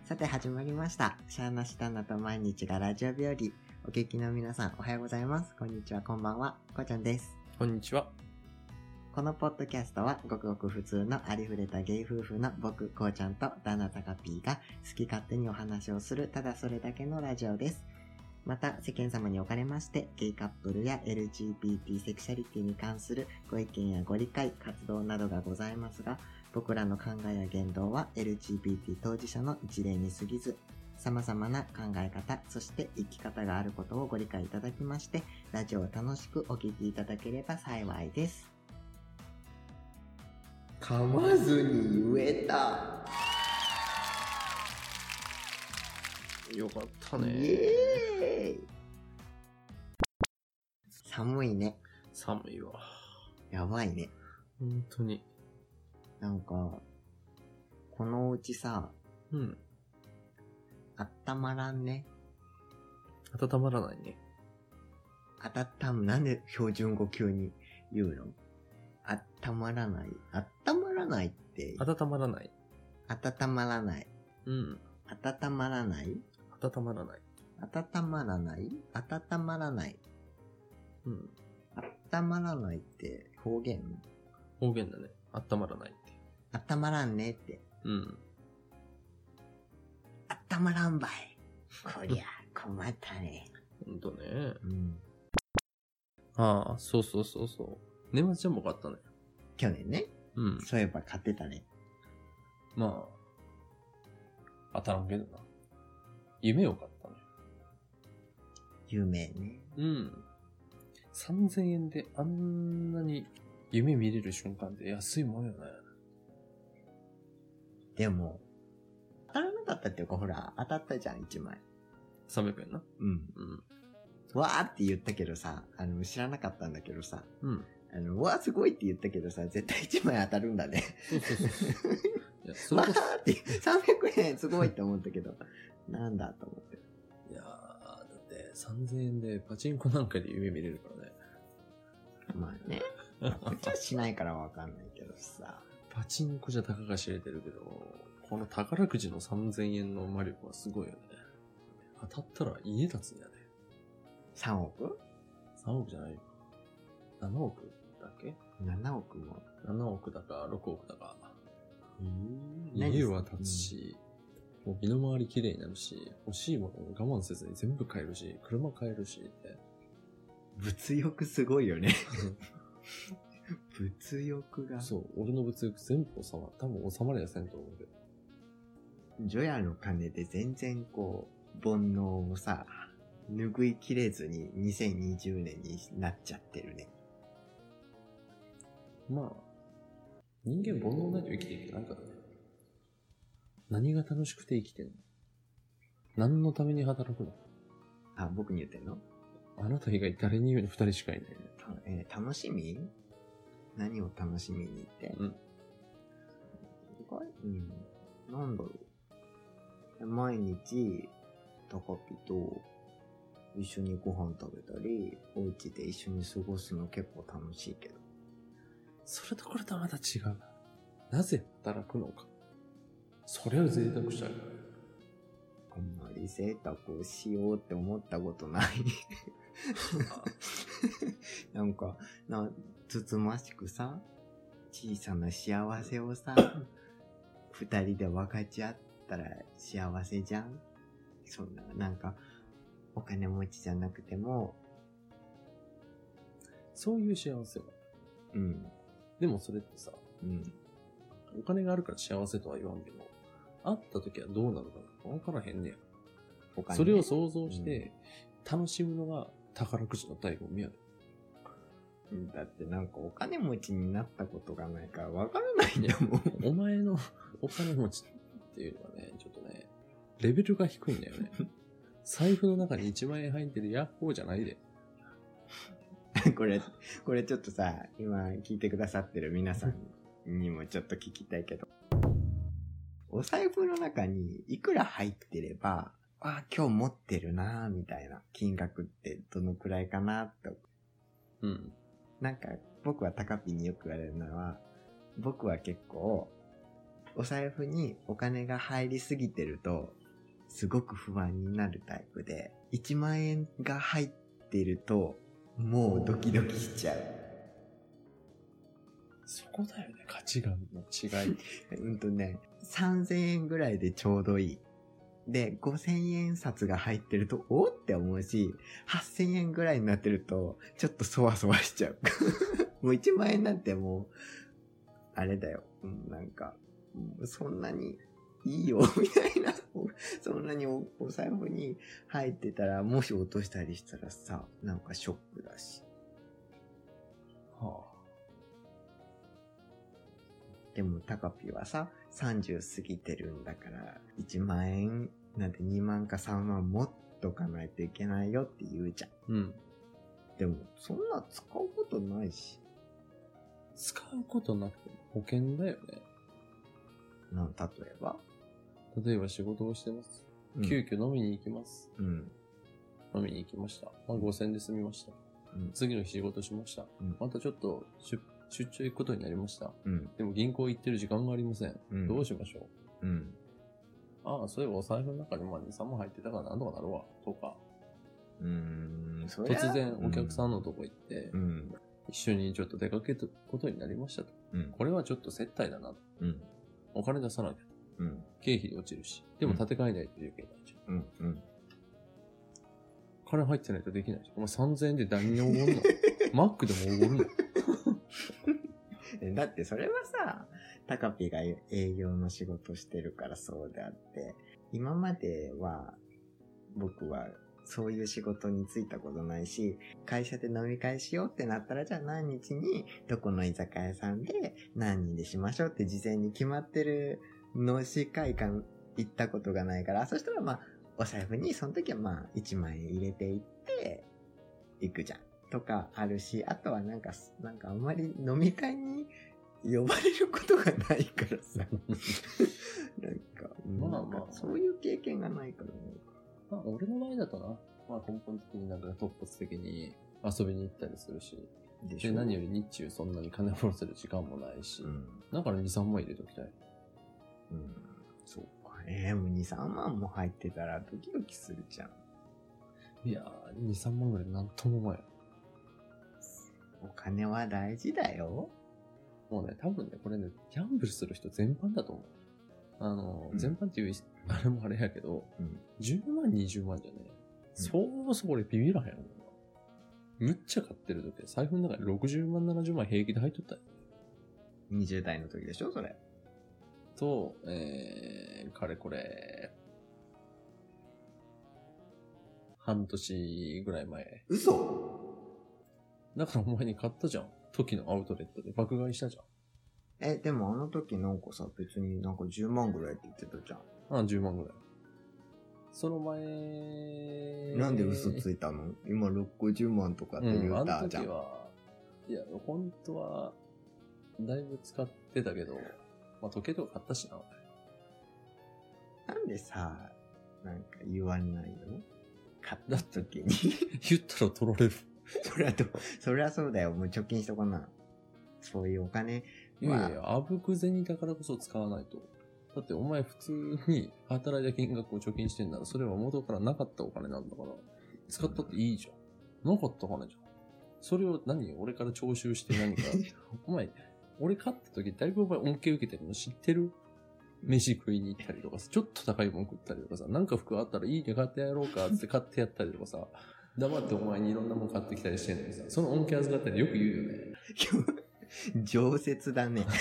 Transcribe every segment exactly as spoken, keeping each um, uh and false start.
さて始まりました。シャーナシタナと毎日がラジオ日和。お聞きの皆さんおはようございます。こんにちは、こんばんは。こうちゃんです。 こんにちは。 このポッドキャストはごくごく普通のありふれたゲイ夫婦の僕、こうちゃんと旦那タカピーが好き勝手にお話をする、ただそれだけのラジオです。また世間様におかれましてゲイカップルや エルジービーティー セクシャリティに関するご意見やご理解、活動などがございますが、僕らの考えや言動は エルジービーティー 当事者の一例に過ぎず、様々な考え方、そして生き方があることをご理解いただきまして、ラジオを楽しくお聞きいただければ幸いです。噛まずに言えた。 よかったね。 イエーイ。寒いね。 寒いわ。 やばいね。 本当に。 なんか、このうちさ、 うん。 あったまらんね。 温まらないね。 あたったむ、なんで標準語急に言うの？あったまらない。あったまらないって。 温まらない。 温まらない。 うん。 温まらない。 温まらない。 温まらない。温まらない。 うん。 温まらないって方言？ 方言だね。温まらないって。 温まらんねって。 うん。 温まらんばい。こりゃ困ったね。 ほんとね。 うん。 ああ、そうそうそうそう。年末ジャンボ買ったね。 去年ね。 うん。 そういえば買ってたね。 まあ、当たらんけどな。夢を買ったね。 夢ね。 うん。さんぜんえんであんなに夢見れる瞬間って安いもんよね。 でも、当たらなかったっていうか、ほら、当たったじゃん、いちまい。 さんびゃくえんな。 うん。 うん。 わーって言ったけどさ、あの、知らなかったんだけどさ、 うん。 あの、わーすごいって言ったけどさ、絶対いちまい当たるんだね。 そうそうそうそう。いや、そわーれこそ。 って、さんびゃくえんすごいって思ったけど、なんだと思って。 いやー、だってさんぜんえんでパチンコなんかで夢見れるからね。 まあね。こっちはしないからわかんないけどさ。 パチンコじゃたかが知れてるけど、この宝くじのさんぜんえんの魔力はすごいよね。当たったら家建つんやね。 さんおく ? さんおくじゃないよ。ななおくだっけなな 億も。 ななおくだかろくおくだか。 うん家は建つし、うん、もう身の回り綺麗になるし、欲しいものを我慢せずに全部買えるし、車買えるしって。 物欲すごいよね。物欲が。 そう、俺の物欲全部収まる。多分収まりやせんと思うけど。 ジョヤの金で全然こう、煩悩をさ、拭いきれずににせんにじゅうねんになっちゃってるね。 まあ、人間煩悩ないと生きていけないからね。何が楽しくて生きてんの？何のために働くの？ あ、僕に言ってんの？ あなた以外誰に言うの二人しかいないね。 えー、楽しみ？何を楽しみにって？ うん。 うん。なんだろう。毎日、タカピと一緒にご飯食べたり、お家で一緒に過ごすの結構楽しいけど。 それとこれとはまた違う。なぜ働くのか。それを贅沢しちゃう。 あんまり贅沢をしようって思ったことない。なんか、な、つつましくさ、小さな幸せをさ、二人で分かち合ったら幸せじゃん？そんな、なんか、お金持ちじゃなくても、 そういう幸せは。 うん。 でもそれってさ、 うん。 お金があるから幸せとは言わんけど、会った時はどうなるかな分からへんねや。 お金ね、 それを想像して楽しむのが宝くじの醍醐味やで。 うん、だってなんかお金持ちになったことがないから分からないんだもん。 お前のお金持ちっていうのはね、ちょっとね、レベルが低いんだよね。財布の中にいちまんえん入ってるヤッホーじゃないで。 これ、これちょっとさ、今聞いてくださってる皆さんにもちょっと聞きたいけど、お財布の中にいくら入ってれば、あ、今日持ってるなみたいな金額ってどのくらいかなと。 うん。 なんか僕はタカピによく言われるのは、僕は結構お財布にお金が入りすぎてると、すごく不安になるタイプで、いちまん円が入ってると、もうドキドキしちゃう。 そこだよね、価値観の違い。 うんとね、さんぜんえんぐらいでちょうどいい。で、ごせんえん札が入ってると、おって思うし、はっせんえんぐらいになってると、ちょっとそわそわしちゃう。もういちまん円なんてもう、あれだよ。なんか、そんなにいいよ、みたいな。そんなに お, お財布に入ってたら、もし落としたりしたらさ、なんかショックだし。はあ。でも、タカピはさ、さんじゅう過ぎてるんだから、いちまん円なんてにまんかさんまん持っとかないといけないよって言うじゃん。 うん。 でも、そんな使うことないし。 使うことなくても保険だよね。 なん、例えば例えば仕事をしてます。 うん、 急遽飲みに行きます。 うん。 飲みに行きました。まあ、ごせんえんで済みました。うん、次の日仕事しました。うん、またちょっと出出張行くことになりました。うん、でも銀行行ってる時間がありません。うん、どうしましょう、うん、ああ、そういえばお財布の中にまあに、さんまん入ってたからなんとかなるわ。とか。うーん、それ突然お客さんのとこ行って、うん、一緒にちょっと出かけることになりましたと。うん、これはちょっと接待だなと。うん、お金出さなきゃ。うん、経費で落ちるし。でも建て替えないといけないじゃん。うんうん、金入ってないとできないじゃん。お前さんぜんえんで何におごんのマックでもおごるのだってそれはさ、タカピが営業の仕事してるからそうであって、今までは僕はそういう仕事に就いたことないし、会社で飲み会しようってなったら、じゃあ何日にどこの居酒屋さんで何人でしましょうって事前に決まってるのしか行ったことがないから、そしたらまあお財布にその時はまあいちまん円入れていって行くじゃんとかあるし、あとはなんかなんかあんまり飲み会に呼ばれることがないからさなんか、まあまあそういう経験がないからね。 まあ俺の場合だとな、まあ根本的になんか突発的に遊びに行ったりするし、でしょ。で何より日中そんなに金を下ろせる時間もないし、うん、だからに、さんまん入れときたい。 うん、そうかね。もうに、さんまんも入ってたらドキドキするじゃん。 いやー、に、さんまんぐらいなんとも思えん。 お金は大事だよ。 もうね、多分ね、これね、ギャンブルする人全般だと思う。あの、うん、全般っていう、あれもあれやけど、うん、じゅうまん、にじゅうまんじゃね、うん、そうそう俺ビビらへんの。むっちゃ買ってる時は財布の中にろくじゅうまん、ななじゅうまん平気で入っとったよ。 にじゅう代の時でしょそれ。 と、えー、かれこれ、半年ぐらい前。 嘘？ だからお前に買ったじゃん。時のアウトレットで爆買いしたじゃん。 え、でもあの時なんかさ、別になんかじゅうまんぐらいって言ってたじゃん。 ああ、じゅうまんぐらい。その前、 なんで嘘ついたの？今ろくじゅうまんとかって言ったじゃん。うん、あの時は、 いや、本当は、だいぶ使ってたけど、まあ、時計とか買ったしな。 なんでさ、なんか言わないの？買った時に。 言ったら取られる。 そりゃどう、そりゃそうだよ。もう貯金しとこな。そういうお金。 いやいや、あぶく銭だからこそ使わないと。だってお前普通に働いた金額を貯金してんなら、それは元からなかったお金なんだから、使ったっていいじゃん。なかった金じゃん。それを何俺から徴収して何か。お前、俺買った時だいぶお前恩恵受けてるの知ってる？飯食いに行ったりとかさ、ちょっと高いもん食ったりとかさ、なんか服あったらいいね買ってやろうかって買ってやったりとかさ、黙ってお前にいろんなもん買ってきたりしてんのにさ、その恩恵預かったりよく言うよね。 常設だね。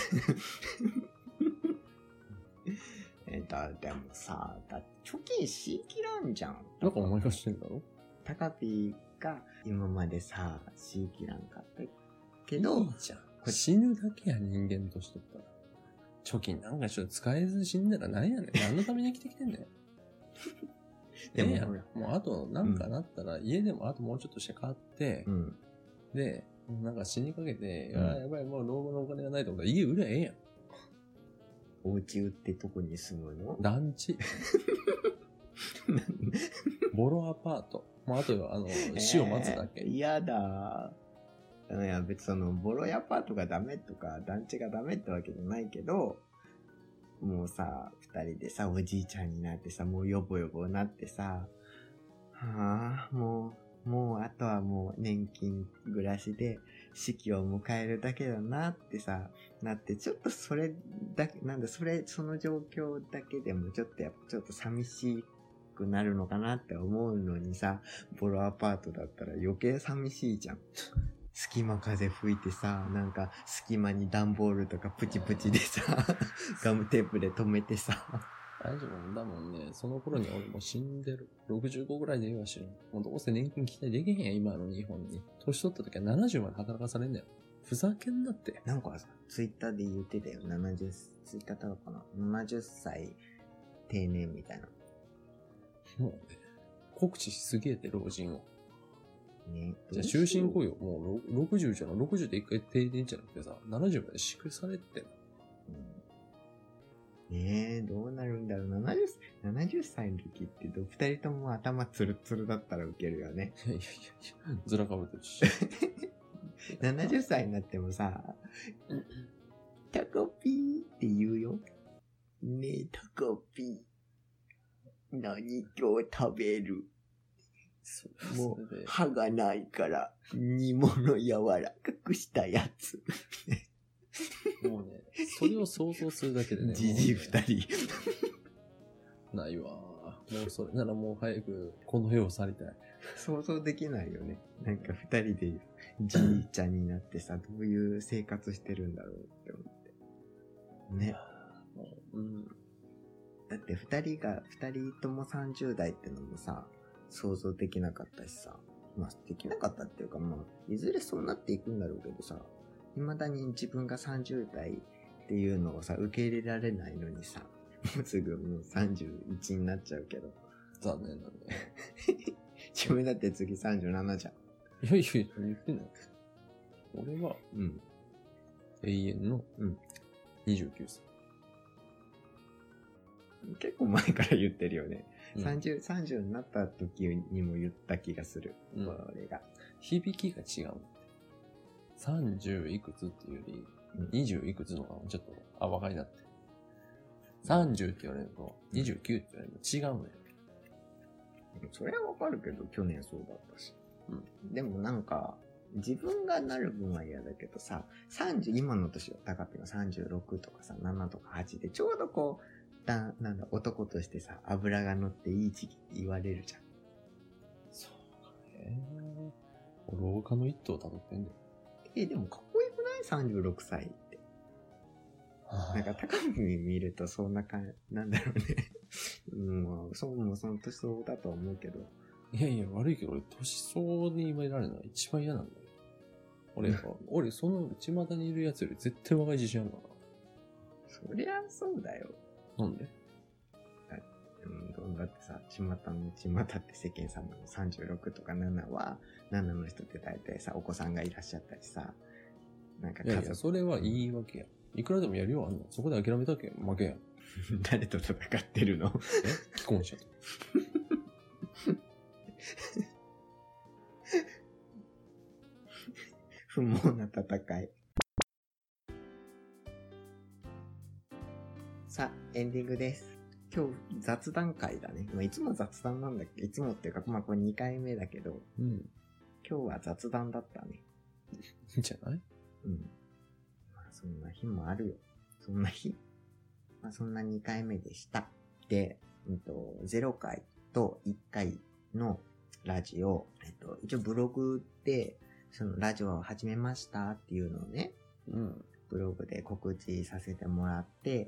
えだ、でもさ、だ貯金しきらんじゃん。 なんかお前がしてんだろ？ タカピーが今までさ、しきらんかったけど。 いいじゃん。死ぬだけや人間としてったら。貯金なんかちょっと使えず死んだら何やねん。何のために生きてきてんねん。でも、ええやん。もうあとなんかなったら、うん、家でもあともうちょっとして買って、うん、で、なんか死にかけて、うん、あやばい、もう老後のお金がないと思ったら家売りゃええやん。 お家売ってどこに住むの？ 団地。ボロアパート。もうあとは、あの、死を待つだけ。 嫌、えー、だ。いや、別にその、ボロアパートがダメとか、団地がダメってわけじゃないけど、 もうさ、二人でさ、おじいちゃんになってさ、もうヨボヨボなってさ、はあ、もう、もうあとはもう年金暮らしで死期を迎えるだけだなってさ、なって、ちょっとそれだけ、なんだ、それ、その状況だけでもちょっとやっぱちょっと寂しくなるのかなって思うのにさ、ボロアパートだったら余計寂しいじゃん。隙間風吹いてさ、なんか隙間に段ボールとかプチプチでさ、ガムテープで止めてさ。 大丈夫だもんね。その頃に俺もう死んでる。ろくじゅうごぐらいで言えば死ぬ。もうどうせ年金期待できへんやん、今の日本に。年取った時はななじゅうまで働かされんだよ。ふざけんなって。 なんかさ、ツイッターで言ってたよ。ななじゅう、ツイッターだったかな ?ななじゅっさい定年みたいな。 もうね、告知しすぎえて、老人を。 ね。 じゃあ終身雇用、もうろくじゅうじゃん。ろくじゅうで一回定年じゃなくてさ、ななじゅうまでしっかりされてんの。 うん、ねえ、どうなるんだろう。ななじゅう、ななじゅっさいの時ってど、二人とも頭ツルツルだったらウケるよね。 いやいやいや、ずらかぶってるし。 ななじゅっさいになってもさ、タコピーって言うよ。ねえ、タコピー。何今日食べる？もう歯がないから煮物柔らかくしたやつ。 もうね、それを想像するだけでね。 じじい二人。 ないわ。もうそれならもう早くこの世を去りたい。 想像できないよね。なんか二人でじいちゃんになってさ、どういう生活してるんだろうって思って。ね。うん、だって二人が、二人ともさんじゅう代ってのもさ、想像できなかったしさ。まあ、できなかったっていうか、まあ、いずれそうなっていくんだろうけどさ、未だに自分がさんじゅう代っていうのをさ、受け入れられないのにさ、もうすぐもうさんじゅういちになっちゃうけど。 残念だね。 自分だって次さんじゅうななじゃん。 いやいや、言ってんの？俺は、 うん。 永遠の、うん。にじゅうきゅうさい。 結構前から言ってるよね。うん、さんじゅう、さんじゅうになった時にも言った気がする。うん、俺が。 響きが違う。さんじゅういくつっていうより、うん、にじゅういくつのがちょっと、あ、分かりになって。さんじゅうって言われると、にじゅうきゅうって言われると違うのよ。 うん、それはわかるけど、去年そうだったし。うん。でもなんか、自分がなる分は嫌だけどさ、さんじゅう、今の年よ、高ピがさんじゅうろくとかさ、ななとかはちで、ちょうどこう、だ、なんだ、男としてさ、脂が乗っていい時期って言われるじゃん。 そうかね。老化の一途を辿ってんだよ。 え、でもかっこよくない ?さんじゅうろくさいって。はあ、なんか高見見るとそんな感じ、なんだろうね。うん、そうもその年相だとは思うけど。 いやいや、悪いけど俺、年相に言われるのは一番嫌なんだよ。俺、俺、その巷にいるやつより絶対若い自信あるから。 そりゃそうだよ。 なんで？ うん、だってさ、巷の巷って世間様のさんじゅうろくとかななは、ななの人って大体さ、お子さんがいらっしゃったりさ、 なんか家族。いやいや、それは言い訳や。いくらでもやるよ、あんの。そこで諦めたけん、負けやん。 誰と戦ってるの？ え？既婚者と。 不毛な戦い。さあ、エンディングです。今日雑談会だね。まあ、いつも雑談なんだけど、いつもっていうか、まあこれにかいめだけど、うん、今日は雑談だったね。 いいんじゃない？ うん。まあそんな日もあるよ。そんな日。まあそんなにかいめでした。で、うんと、ゼロかいといっかいのラジオ、えっと、一応ブログで、そのラジオを始めましたっていうのをね、うん、ブログで告知させてもらって、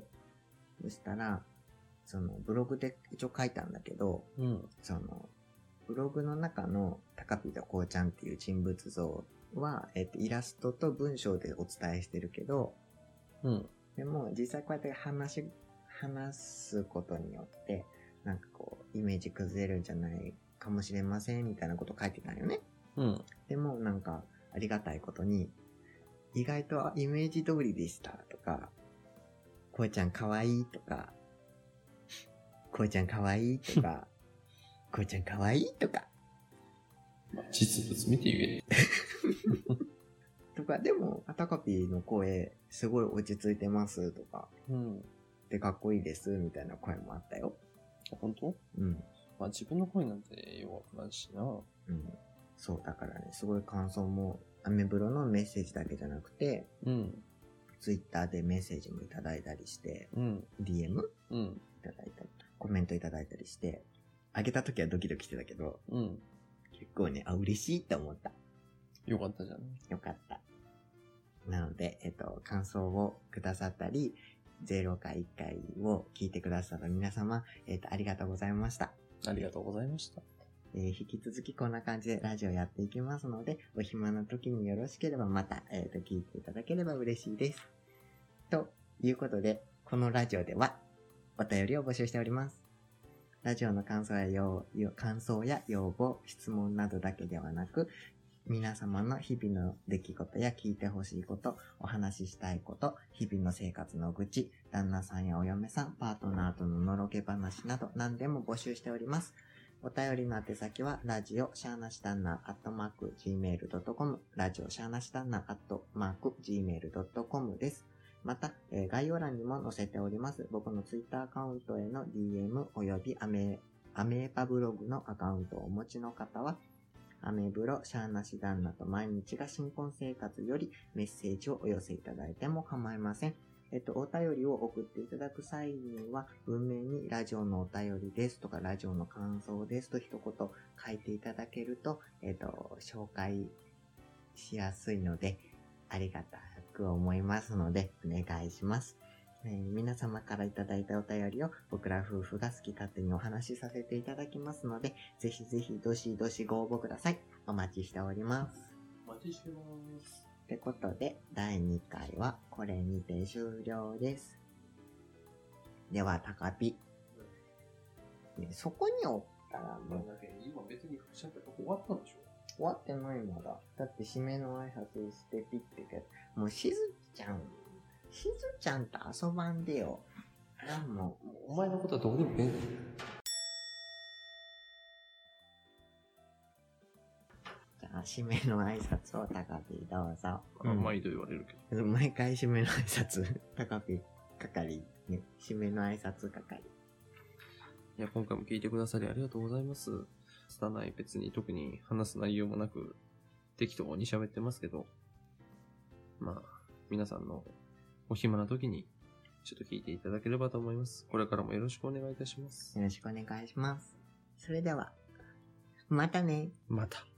そしたら、そのブログで一応書いたんだけど、うん、そのブログの中の高ピとこうちゃんっていう人物像は、えっと、イラストと文章でお伝えしてるけど、うん、でも実際こうやって話し、話すことによって、なんかこう、イメージ崩れるんじゃないかもしれませんみたいなこと書いてたんよね。うん、でもなんか、ありがたいことに、意外とイメージ通りでしたとか、こうちゃんかわいいとか、こうちゃんかわいいとか、こうちゃんかわいいとか。 実物見て言え。 とか、でも、アタカピーの声、すごい落ち着いてますとか、うん、 てかっこいいです、みたいな声もあったよ。 本当？うん。まあ自分の声なんて弱くないしな。 うん。そう、だからね、すごい感想も、アメブロのメッセージだけじゃなくて、うん。ツイッターでメッセージもいただいたりして、うん。ディーエム? うん。いただいたり、コメントいただいたりして、あげた時はドキドキしてたけど、うん。結構ね、あ、嬉しいって思った。 よかったじゃん。 よかった。なので、えっと、感想をくださったり、ゼロかいっかいを聞いてくださった皆様、えっと、ありがとうございました。 ありがとうございました。 えー、引き続きこんな感じでラジオやっていきますので、お暇な時によろしければまた、えっと、聞いていただければ嬉しいです。ということで、このラジオでは、お便りを募集しております。ラジオの感想や要、感想や要望、質問などだけではなく、皆様の日々の出来事や聞いてほしいこと、お話ししたいこと、日々の生活の愚痴、旦那さんやお嫁さん、パートナーとののろけ話など何でも募集しております。お便りの宛先は、ラジオシャーナシタンナーアットマーク ジーメールドットコム、ラジオシャーナシタンナーアットマーク ジーメールドットコム です。また、えー、概要欄にも載せております、僕のツイッターアカウントへの ディーエム およびアメ、アメーパブログのアカウントをお持ちの方は、アメブロ、シャーナシ旦那と毎日が新婚生活よりメッセージをお寄せいただいても構いません。えっと、お便りを送っていただく際には、文面にラジオのお便りですとか、ラジオの感想ですと一言書いていただけると、えっと、紹介しやすいので、ありがたく思いますので、お願いします。えー、皆様からいただいたお便りを僕ら夫婦が好き勝手にお話しさせていただきますので、ぜひぜひどしどしご応募ください。お待ちしております。 お待ちしてます。 ってことで、だいにかいはこれにて終了です。では、タカピ。ね、そこにおったらもう。 今別に終わったんでしょ？ 終わってないまだ。だって締めの挨拶してピッてけど、もうしずちゃん。しずちゃんと遊ばんでよ。あ、もう。お前のことはどこでもええねん。 じゃあ、締めの挨拶をタカピどうぞ。 うん、毎度言われるけど。毎回締めの挨拶、タカピ係、ね。締めの挨拶係。 いや、今回も聞いてくださりありがとうございます。拙い別に特に話す内容もなく、適当に喋ってますけど、まあ、皆さんのお暇な時にちょっと聞いていただければと思います。これからもよろしくお願いいたします。 よろしくお願いします。それでは、またね。 また。